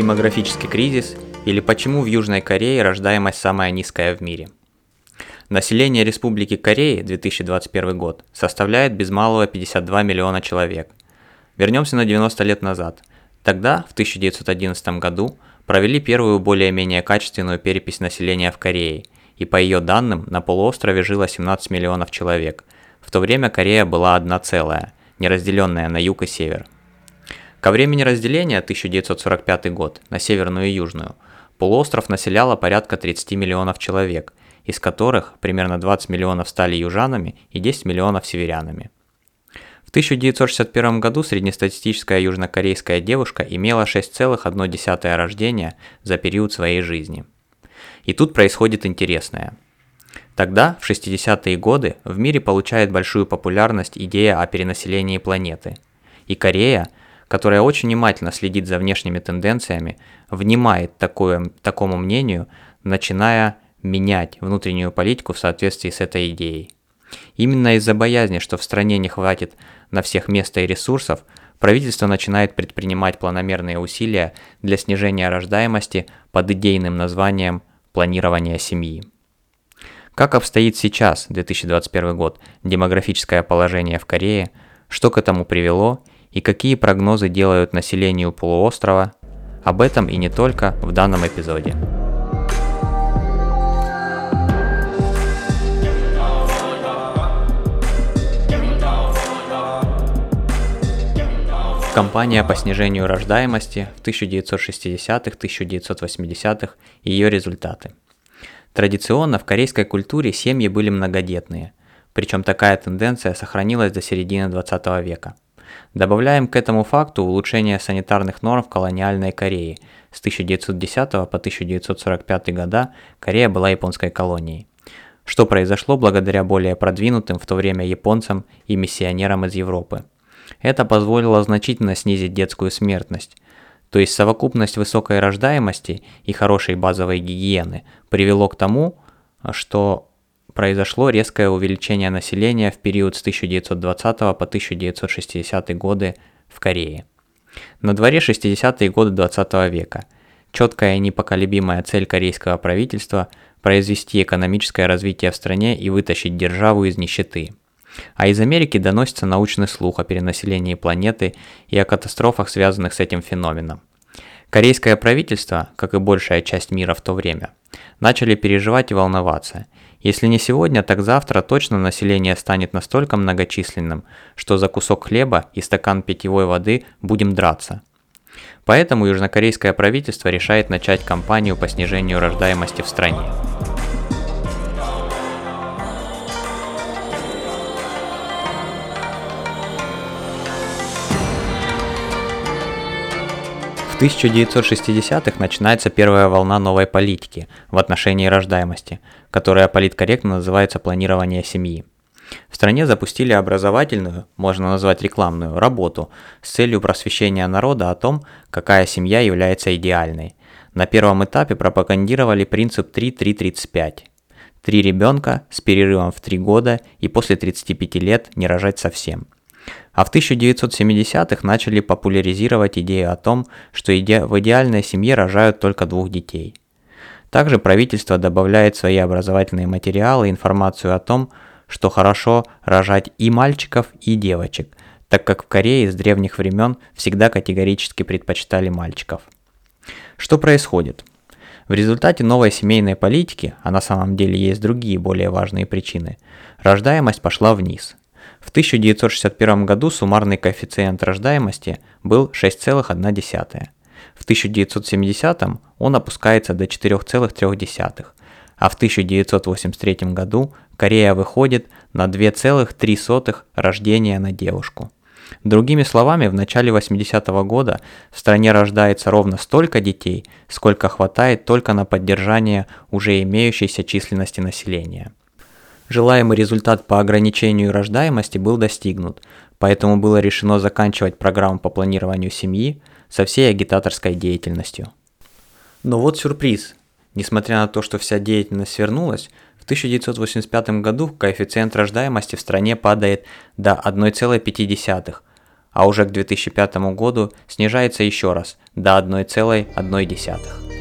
демографический кризис или почему в Южной Корее рождаемость самая низкая в мире. Население Республики Корея 2021 год составляет без малого 52 миллиона человек. Вернемся на 90 лет назад. Тогда, в 1911 году, провели первую более-менее качественную перепись населения в Корее, и по ее данным на полуострове жило 17 миллионов человек. В то время Корея была одна целая, не разделенная на юг и север. Ко времени разделения 1945 год на северную и южную полуостров населяло порядка 30 миллионов человек, из которых примерно 20 миллионов стали южанами и 10 миллионов северянами. В 1961 году среднестатистическая южнокорейская девушка имела 6,1 рождения за период своей жизни. И тут происходит интересное. Тогда, в 60-е годы, в мире получает большую популярность идея о перенаселении планеты. И Корея, которая очень внимательно следит за внешними тенденциями, внимает такому мнению, начиная менять внутреннюю политику в соответствии с этой идеей. Именно из-за боязни, что в стране не хватит на всех места и ресурсов, правительство начинает предпринимать планомерные усилия для снижения рождаемости под идейным названием «планирование семьи». Как обстоит сейчас, 2021 год, демографическое положение в Корее, что к этому привело и какие прогнозы делают населению полуострова, об этом и не только в данном эпизоде. Кампания по снижению рождаемости в 1960-1980-х и ее результаты. Традиционно в корейской культуре семьи были многодетные, причем такая тенденция сохранилась до середины 20 века. Добавляем к этому факту улучшение санитарных норм в колониальной Корее. С 1910 по 1945 года Корея была японской колонией, что произошло благодаря более продвинутым в то время японцам и миссионерам из Европы. Это позволило значительно снизить детскую смертность, то есть совокупность высокой рождаемости и хорошей базовой гигиены привело к тому, что произошло резкое увеличение населения в период с 1920 по 1960 годы в Корее. На дворе 60-е годы 20 века. Четкая и непоколебимая цель корейского правительства – произвести экономическое развитие в стране и вытащить державу из нищеты. А из Америки доносится научный слух о перенаселении планеты и о катастрофах, связанных с этим феноменом. Корейское правительство, как и большая часть мира в то время, начали переживать и волноваться. Если не сегодня, так завтра точно население станет настолько многочисленным, что за кусок хлеба и стакан питьевой воды будем драться. Поэтому южнокорейское правительство решает начать кампанию по снижению рождаемости в стране. В 1960-х начинается первая волна новой политики в отношении рождаемости, которая политкорректно называется планирование семьи. В стране запустили образовательную, можно назвать рекламную, работу с целью просвещения народа о том, какая семья является идеальной. На первом этапе пропагандировали принцип 3-3-35. 3 ребенка с перерывом в 3 года и после 35 лет не рожать совсем. А в 1970-х начали популяризировать идею о том, что в идеальной семье рожают только 2 детей. Также правительство добавляет в свои образовательные материалы информацию о том, что хорошо рожать и мальчиков, и девочек, так как в Корее с древних времен всегда категорически предпочитали мальчиков. Что происходит? В результате новой семейной политики, а на самом деле есть другие более важные причины, рождаемость пошла вниз. В 1961 году суммарный коэффициент рождаемости был 6,1. В 1970 он опускается до 4,3, а в 1983 году Корея выходит на 2,3 рождения на девушку. Другими словами, в начале 80-го года в стране рождается ровно столько детей, сколько хватает только на поддержание уже имеющейся численности населения. Желаемый результат по ограничению рождаемости был достигнут, поэтому было решено заканчивать программу по планированию семьи со всей агитаторской деятельностью. Но вот сюрприз. Несмотря на то, что вся деятельность свернулась, в 1985 году коэффициент рождаемости в стране падает до 1,5, а уже к 2005 году снижается еще раз до 1,1.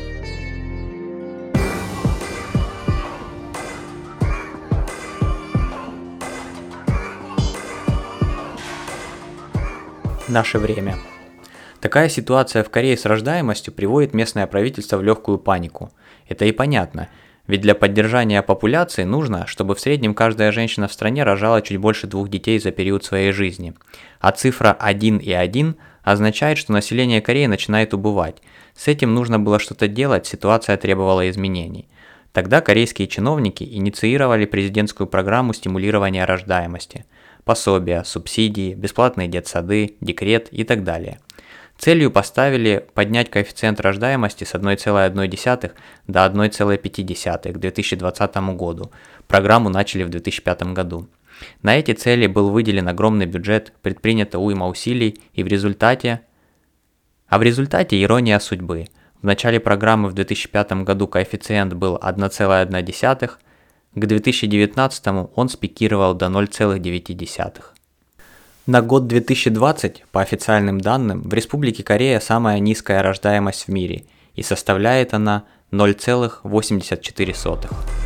Наше время. Такая ситуация в Корее с рождаемостью приводит местное правительство в легкую панику. Это и понятно, ведь для поддержания популяции нужно, чтобы в среднем каждая женщина в стране рожала чуть больше 2 детей за период своей жизни. А цифра 1,1 означает, что население Кореи начинает убывать. С этим нужно было что-то делать, ситуация требовала изменений. Тогда корейские чиновники инициировали президентскую программу стимулирования рождаемости. Пособия, субсидии, бесплатные детсады, декрет и так далее. Целью поставили поднять коэффициент рождаемости с 1,1 до 1,5 к 2020 году. Программу начали в 2005 году. На эти цели был выделен огромный бюджет, предпринята уйма усилий, и в результате ирония судьбы. В начале программы в 2005 году коэффициент был 1,1, к 2019 он спикировал до 0,9. На год 2020, по официальным данным, в Республике Корея самая низкая рождаемость в мире, и составляет она 0,84.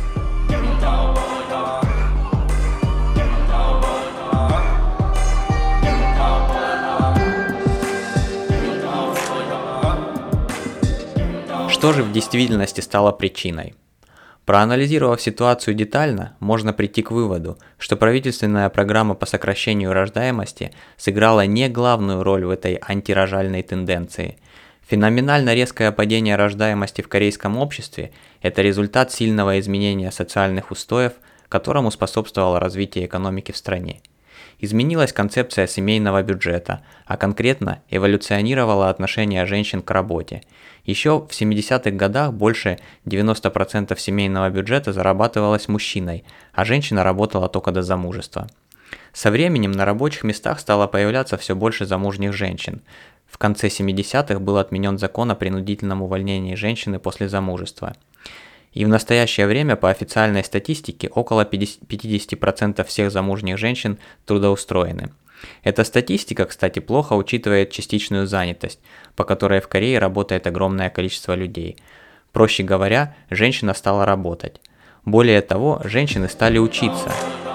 Что же в действительности стало причиной? Проанализировав ситуацию детально, можно прийти к выводу, что правительственная программа по сокращению рождаемости сыграла не главную роль в этой антирожальной тенденции. Феноменально резкое падение рождаемости в корейском обществе – это результат сильного изменения социальных устоев, которому способствовало развитие экономики в стране. Изменилась концепция семейного бюджета, а конкретно эволюционировало отношение женщин к работе. Еще в 70-х годах больше 90% семейного бюджета зарабатывалось мужчиной, а женщина работала только до замужества. Со временем на рабочих местах стало появляться все больше замужних женщин. В конце 70-х был отменен закон о принудительном увольнении женщины после замужества. И в настоящее время по официальной статистике около 50% всех замужних женщин трудоустроены. Эта статистика, кстати, плохо учитывает частичную занятость, по которой в Корее работает огромное количество людей. Проще говоря, женщина стала работать. Более того, женщины стали учиться.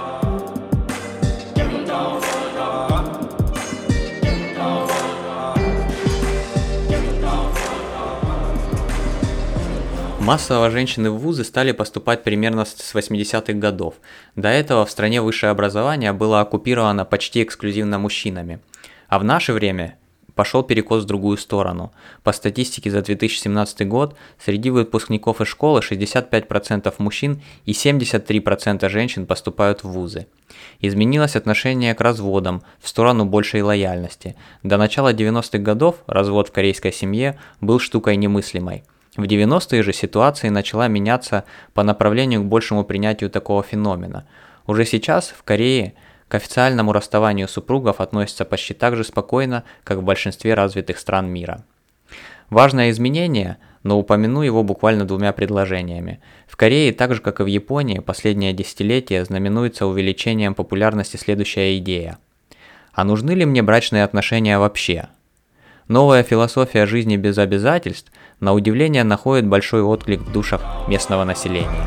Массово женщины в вузы стали поступать примерно с 80-х годов. До этого в стране высшее образование было оккупировано почти эксклюзивно мужчинами. А в наше время пошел перекос в другую сторону. По статистике за 2017 год среди выпускников из школы 65% мужчин и 73% женщин поступают в вузы. Изменилось отношение к разводам в сторону большей лояльности. До начала 90-х годов развод в корейской семье был штукой немыслимой. В 90-е же ситуация начала меняться по направлению к большему принятию такого феномена. Уже сейчас в Корее к официальному расставанию супругов относятся почти так же спокойно, как в большинстве развитых стран мира. Важное изменение, но упомяну его буквально 2 предложениями. В Корее, так же как и в Японии, последнее десятилетие знаменуется увеличением популярности следующая идея. А нужны ли мне брачные отношения вообще? Новая философия жизни без обязательств, на удивление, находит большой отклик в душах местного населения.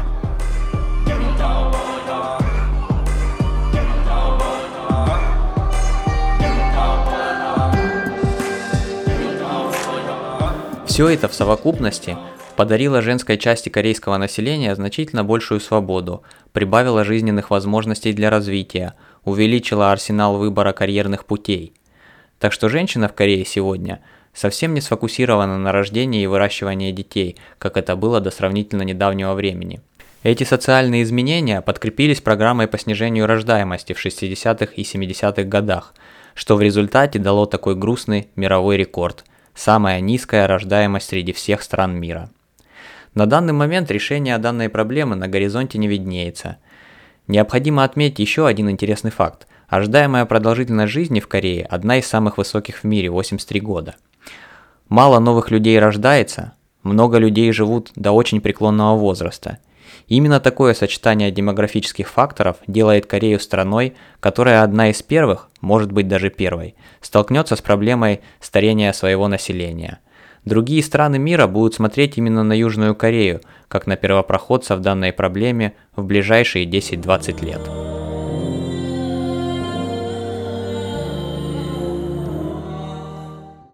Все это в совокупности подарило женской части корейского населения значительно большую свободу, прибавило жизненных возможностей для развития, увеличило арсенал выбора карьерных путей. Так что женщина в Корее сегодня совсем не сфокусирована на рождении и выращивании детей, как это было до сравнительно недавнего времени. Эти социальные изменения подкрепились программой по снижению рождаемости в 60-х и 70-х годах, что в результате дало такой грустный мировой рекорд – самая низкая рождаемость среди всех стран мира. На данный момент решение данной проблемы на горизонте не виднеется. Необходимо отметить еще один интересный факт. Ожидаемая продолжительность жизни в Корее одна из самых высоких в мире – 83 года. Мало новых людей рождается, много людей живут до очень преклонного возраста. И именно такое сочетание демографических факторов делает Корею страной, которая одна из первых, может быть даже первой, столкнется с проблемой старения своего населения. Другие страны мира будут смотреть именно на Южную Корею, как на первопроходца в данной проблеме в ближайшие 10-20 лет.